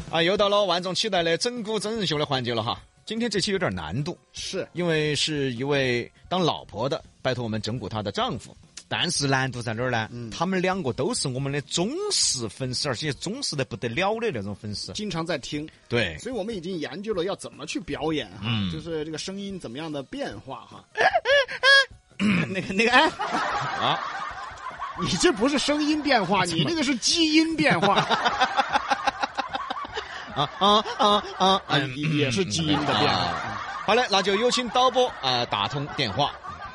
啊，又到了万众期待的整蛊真人秀的环节了哈。今天这期有点难度， 是因为是一位当老婆的拜托我们整蛊她的丈夫，但是难度在哪儿呢？他们两个都是我们的忠实粉丝，而且忠实的不得了的那种粉丝， 经常在听。 对， 所以我们已经研究了要怎么去表演哈，就是这个声音怎么样的变化哈。那个哎啊， 你这不是声音变化，你那个是基因变化。也是基因的变化。 好嘞，那就有请导播打通电话。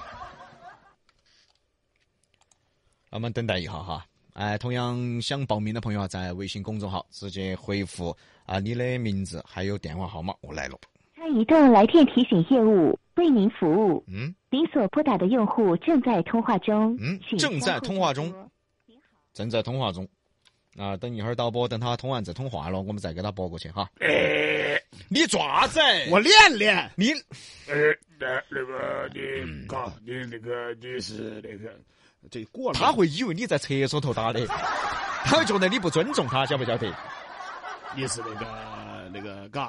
我们等待一下哈。同样想报名的朋友在微信公众号直接回复你的名字还有电话号码，我来了。 它移动来电提醒业务为您服务。您所拨打的用户正在通话中。 正在通话中。正在通话中。等一会儿导播等他通完这通话了，我们再给他拨过去哈。你爪子， 我练练你。 你是那个，这过了。 他会以为你在厕所头打的，他会觉得你不尊重他，晓不晓得？ 你是那个嘎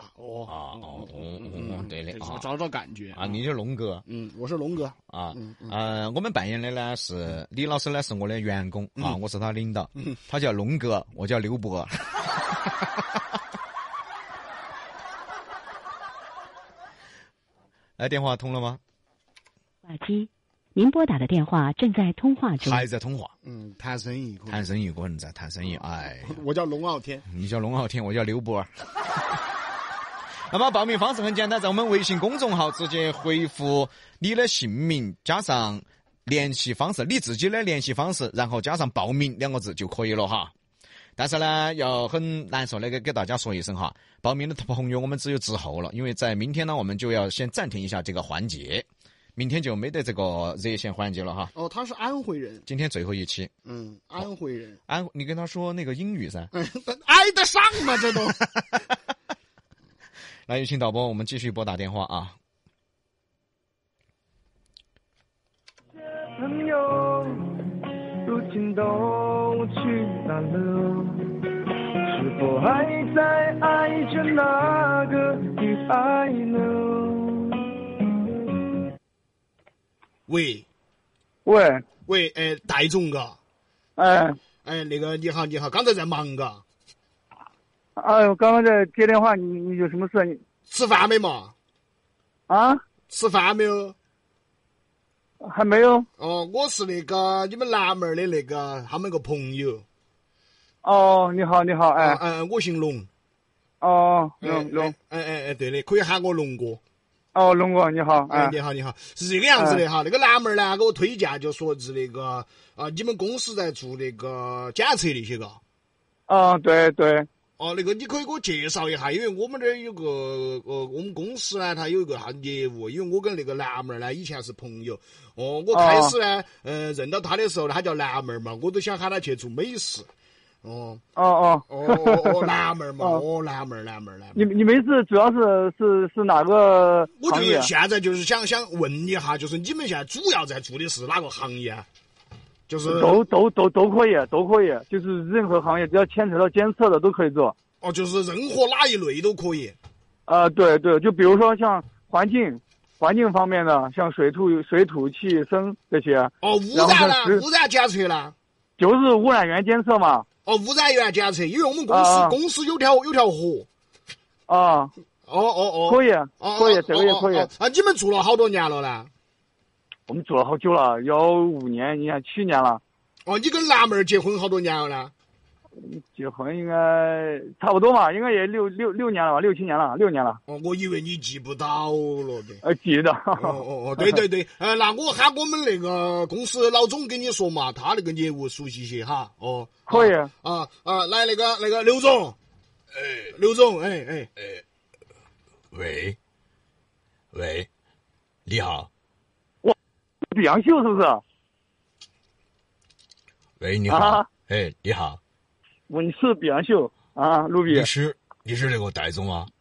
对的， 找感觉你是龙哥， 我是龙哥我们扮演的呢是李老师呢是我的员工我是他领导，他叫龙哥，我叫刘波。电话通了吗？ 挂机，您拨打的电话正在通话中。 还在通话。 谈生意可能在谈生意。 我叫龙傲天， 你叫龙傲天，我叫刘波。那么报名方式很简单，在我们微信公众号直接回复你的姓名加上联系方式，你自己的联系方式，然后加上报名2个字就可以了哈。但是呢，要很难受的给大家说一声哈，报名的朋友我们只有之后了，因为在明天呢，我们就要先暂停一下这个环节，明天就没得这个热线环节了哈。 他是安徽人， 今天最后一期。 安徽人， 你跟他说那个英语噻。 挨得上吗？这都。 来，有请导播，我们继续拨打电话啊。 朋友，如今都去哪了？是否还在爱着那个女孩呢？ 喂，戴总哥。那个你好，刚才在忙嘎？ 刚刚在接电话，你有什么事？你吃饭没嘛？吃饭没有？ 还没有。 我是那个你们南门的那个他们个朋友。 你好。 我姓龙。 龙。 对的，可以喊我龙哥。 龙哥你好。 你好，是这个样子的哈。那个南门呢给我推荐，就说是那个你们公司在做那个检测那些个。 对。 那个你可以给我介绍一下，因为我们这儿有个我们公司呢，它有一个业务，因为我跟那个南门呢以前是朋友。我开始呢认到他的时候他叫南门嘛，我都想喊他去做美食。南门嘛，南门。 你们是主要是哪个行业？ 我就现在就是想问一下，就是你们现在主要在做的是哪个行业啊？就是都可以，就是任何行业只要牵扯到监测的都可以做。 就是任何哪一类都可以。 对，就比如说像环境方面的，像水土气声这些。 污染呢？污染检测呢？ 就是污染源监测嘛。 污染源检测，因为我们公司有条河。 可以，这个也可以。 你们做了好多年了呢？ 我们做了好久了，要5年，你看7年了。 你跟南门结婚好多年了呢？ 结婚应该差不多嘛，应该也6年了吧，6、7年了，6年了。 我以为你记不到了的。 记得。 对。那我喊我们那个公司老总跟你说嘛，他那个业务熟悉些哈。 可以。 来那个刘总。刘总，喂，你好。 比洋秀是不是？ 喂，你好。你好。 你是比洋秀卢比。 你是那个戴总吗？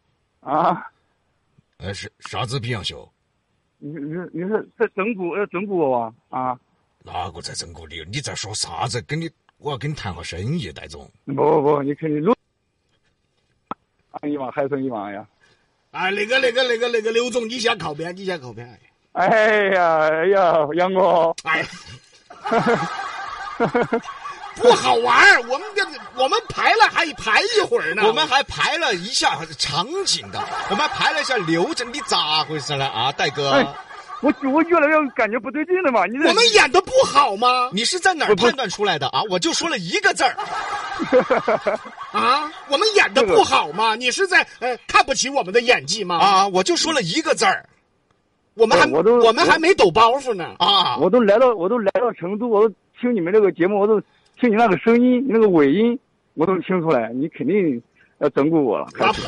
是啥子比洋秀？ 你是在整蛊我啊？ 哪个在整蛊你？你在说啥子？我要跟你谈下生意，戴总。 不，你肯定一往还剩一往呀。 啊，那个刘总，你先靠边。 哎呀，杨哥， 哎，不好玩儿，我们排了还排一会儿呢， 我们还排了一下场景的，我们还排了一下流程，你咋回事呢？啊，戴哥。 哎，我越来越感觉不对劲了嘛！ 我们演的不好吗？ 你是在哪儿判断出来的啊？我就说了一个字儿。 啊，我们演的不好吗？你是在看不起我们的演技吗？ 啊，我就说了一个字儿。 我们还没抖包袱呢啊！ 我都来到成都，我都听你们这个节目，我都听你那个声音，你那个尾音，我都听出来，你肯定要整蛊我了。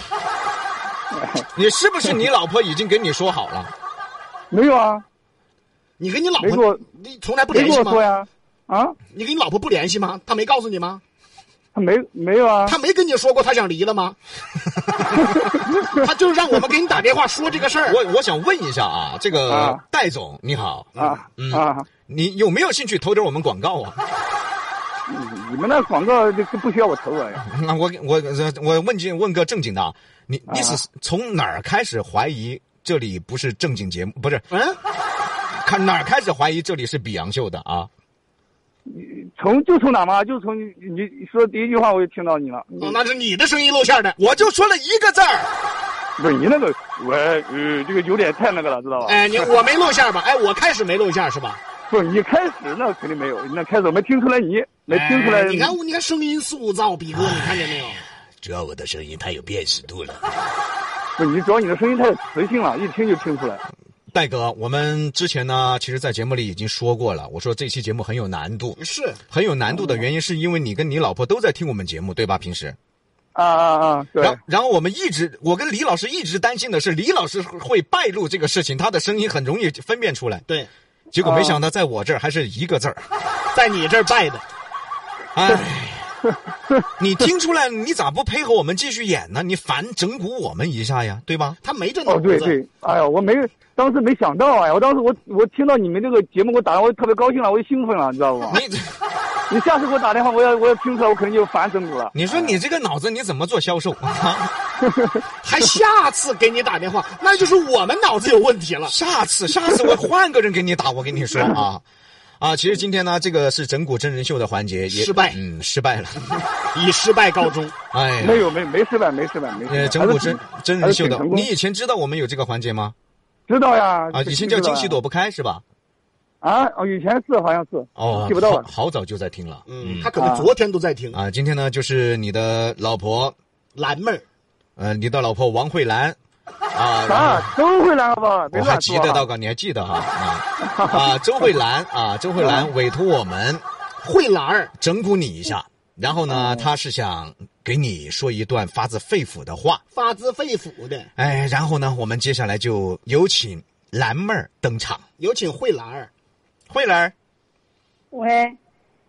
你是不是你老婆已经跟你说好了？ 没有啊， 你跟你老婆你从来不联系吗？ 没跟我说呀。啊？ 你跟你老婆不联系吗？她没告诉你吗？ 他没有啊。 他没跟你说过他想离了吗？他就是让我们给你打电话说这个事儿。 我想问一下啊，这个戴总你好你有没有兴趣投点我们广告啊？ 你们那广告就不需要我投了呀。 我问个正经的啊，你是从哪儿开始怀疑这里不是正经节目？不是，看哪儿开始怀疑这里是比洋秀的啊？ 从哪嘛？就从你说第一句话我就听到你了。 那是你的声音露馅的， 我就说了一个字儿。 不是你那个这个有点太那个了，知道吧？ 哎，我没露馅吧？哎，我开始没露馅是吧？ 不，你开始那肯定没有，那开始我没听出来你没听出来。 你看声音塑造，比哥你看见没有？ 主要我的声音太有辨识度了。 不，主要你的声音太有磁性了，一听就听出来。 戴哥，我们之前呢，其实在节目里已经说过了。我说这期节目很有难度， 是很有难度的原因，是因为你跟你老婆都在听我们节目，对吧？平时。 对。 然后我跟李老师一直担心的是，李老师会败露这个事情，他的声音很容易分辨出来。 对。 结果没想到在我这儿还是一个字儿， 在你这儿败的。 哎。你听出来，你咋不配合我们继续演呢？你反整蛊我们一下呀，对吧？ 他没这脑子。 对，哎呀，当时没想到，哎，我当时我听到你们这个节目给我打电话，我特别高兴了，我就兴奋了，你知道吧？你下次给我打电话，我要听出来，我肯定就反整蛊了。 你说你这个脑子你怎么做销售啊？ 还下次给你打电话，那就是我们脑子有问题了。 下次我换个人给你打，我跟你说啊，其实今天呢，这个是整蛊真人秀的环节，也失败， 失败了， 以失败告终。 哎， 没失败。 整蛊真人秀的，你以前知道我们有这个环节吗？ 知道呀。 啊，以前叫惊喜躲不开是吧？ 以前是好像是。记不到了。 好早就在听了。 他可能昨天都在听啊。今天呢，就是你的老婆蓝妹儿， 你的老婆王慧兰。 周慧兰好不好？ 我还记得到你还记得哈？周慧兰委托我们慧兰儿整蛊你一下，然后呢，她是想给你说一段发自肺腑的话， 发自肺腑的。 哎，然后呢，我们接下来就有请蓝妹儿登场， 有请慧兰儿。 慧兰儿， 喂，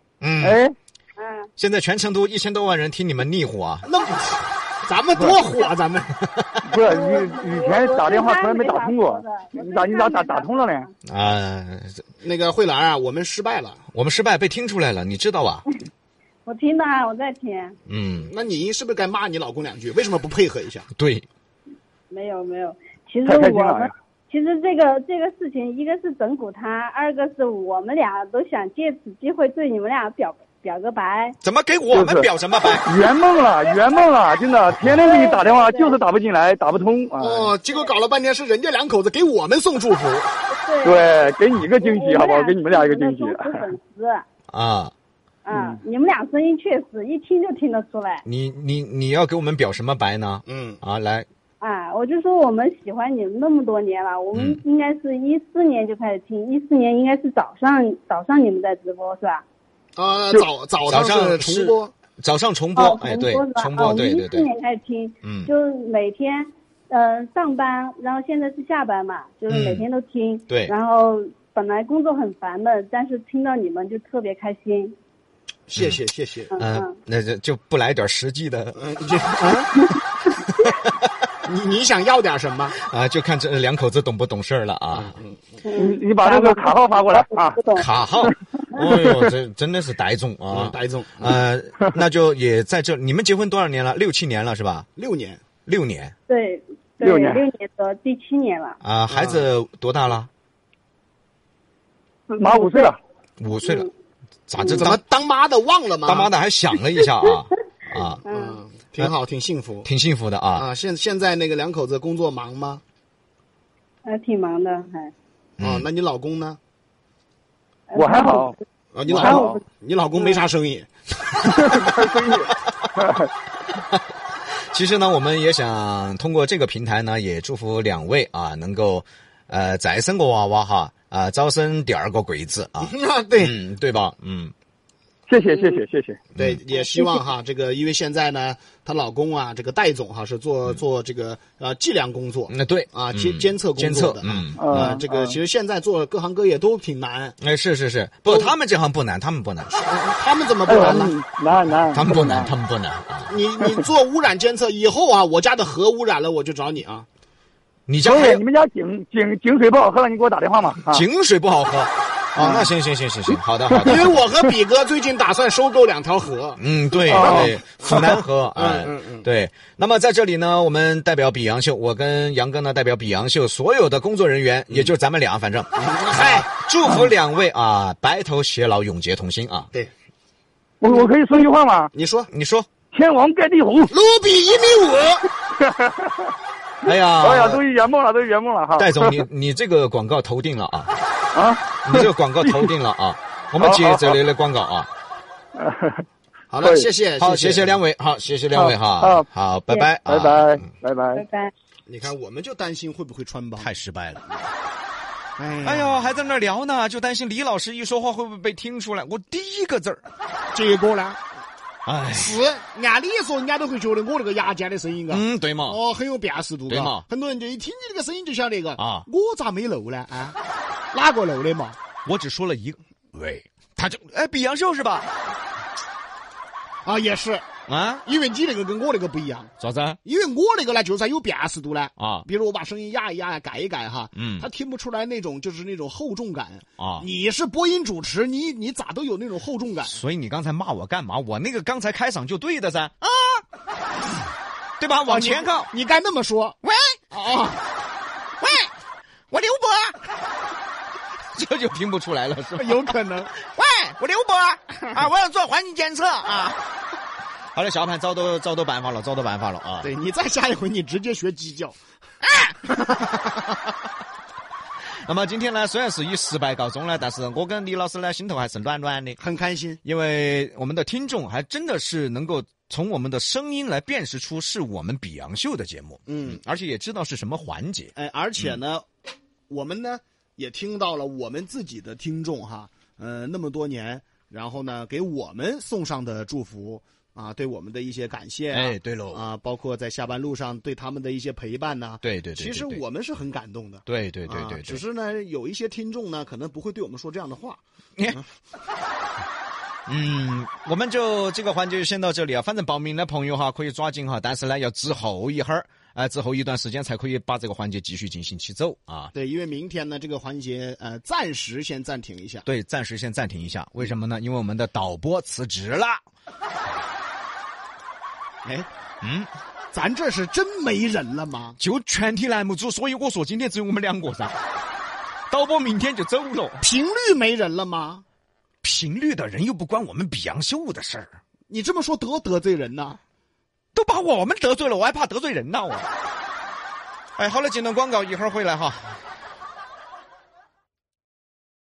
现在全成都1000多万人听你们腻乎啊！ 那咱们多火，咱们不是以前打电话从来没打通过，你咋打通了呢？ 那个慧兰啊，我们失败了， 被听出来了，你知道吧？ 我听到啊，我在听。 那你是不是该骂你老公2句？为什么不配合一下？ 对， 没有，其实其实这个事情，一个是整蛊他，二个是我们俩都想借此机会对你们俩表个白。 怎么给我们表什么白？ 圆梦了，真的，天天给你打电话就是打不进来，打不通。 结果搞了半天是人家2口子给我们送祝福。 对，给你一个惊喜，好不好？给你们俩一个惊喜。 粉丝你们俩声音确实一听就听得出来。 你要给我们表什么白呢？来。 我就说我们喜欢你们那么多年了，我们应该是14年就开始听，14年应该是早上你们在直播是吧？ 早上是重播， 早上重播，对，重播，对。 14年开始听，就是每天上班，然后现在是下班嘛，就是每天都听， 对。 然后本来工作很烦闷，但是听到你们就特别开心。 谢谢。 那就不来点实际的。 你想要点什么就看这2口子懂不懂事儿了啊。 你把那个卡号发过来啊。 卡号，哎呦，这真的是戴总啊， 戴总。 那就也在这，你们结婚多少年了？6、7年了是吧？ 6年。 6年。 对 6年 6年多，第7年了。 啊，孩子多大了马5岁了。 ？5岁了。咋这怎么当妈的忘了吗？ 当妈的还想了一下啊挺好，挺幸福， 挺幸福的啊。 现在那个两口子工作忙吗？ 挺忙的还。 那你老公呢？ 我还好。 你老公没啥生意。 其实呢，我们也想通过这个平台呢，也祝福2位啊，能够再生个娃娃哈早生第2个贵子啊。 对， 对吧？ 谢谢。 对，也希望哈，这个因为现在呢，她老公啊，这个戴总哈是做这个计量工作， 对啊，监测工作的，这个其实现在做各行各业都挺难。 是，不，他们这行不难，他们不难。 他们怎么不难呢？ 难， 他们不难。 你做污染监测以后啊，我家的河污染了，我就找你啊。 你家你们家井水不好喝了，你给我打电话嘛。 井水不好喝。那行，好的。 因为我和比哥最近打算收购2条河。 对，府南河。对。那么在这里呢，我们代表比洋秀，我跟杨哥呢代表比洋秀所有的工作人员，也就是咱们俩，反正，祝福2位啊，白头偕老，永结同心啊。 对。 我可以说句话吗？ 你说。 天王盖地虎， 卢比1.5米。 哎呀， 都圆梦了哈。 戴总，你这个广告投定了啊。你这个广告投定了啊！我们接这类的广告啊。 好了，谢谢。 好，谢谢2位，谢谢2位哈。好，拜拜。 你看，我们就担心会不会穿帮， 太失败了。哎呦，还在那聊呢，就担心李老师一说话会不会被听出来。我第一个字儿， 结果呢？ 是， 按理说人家都会觉得我那个牙尖的声音对嘛？ 很有辨识度， 对嘛？ 很多人就一听你这个声音就晓得我咋没漏呢？哪个漏的嘛？ 我只说了一个，喂，他就比洋秀是吧？ 也是因为你那个跟我那个不一样。 啥子？ 因为我那个呢，就算有辨识度呢比如我把声音压一压、改一改哈，他听不出来那种就是那种厚重感你是播音主持，你咋都有那种厚重感？ 所以你刚才骂我干嘛？我那个刚才开嗓就对的噻对吧？往前靠， 你该那么说。喂， 喂，我刘伯，这就听不出来了是吧？ 有可能。 喂，我刘伯我要做环境监测啊。好了，小潘找到办法了啊！ 对，你再下一回你直接学鸡叫。 那么今天呢，虽然是以失败告终了，但是我跟李老师呢心头还是暖暖的， 很开心， 因为我们的听众还真的是能够从我们的声音来辨识出是我们比洋秀的节目，而且也知道是什么环节， 而且呢，我们呢也听到了我们自己的听众哈，那么多年，然后呢给我们送上的祝福。对我们的一些感谢对喽包括在下班路上对他们的一些陪伴呐， 对， 其实我们是很感动的， 对， 只是呢有一些听众呢可能不会对我们说这样的话。 我们就这个环节就先到这里啊，反正报名的朋友哈可以抓紧哈，但是呢要滞后一会儿。之后一段时间才可以把这个环节继续进行起走啊。 对，因为明天呢这个环节暂时先暂停一下。 对，暂时先暂停一下。为什么呢？因为我们的导播辞职了。 咱这是真没人了吗？ 就全体栏目组，所以我说今天只有我们2个噻。导播明天就走了。 频率没人了吗？ 频率的人又不关我们比洋秀的事儿。 你这么说多得罪人呐。 都把我们得罪了，我还怕得罪人呢我。好了，进段广告，一会儿回来哈。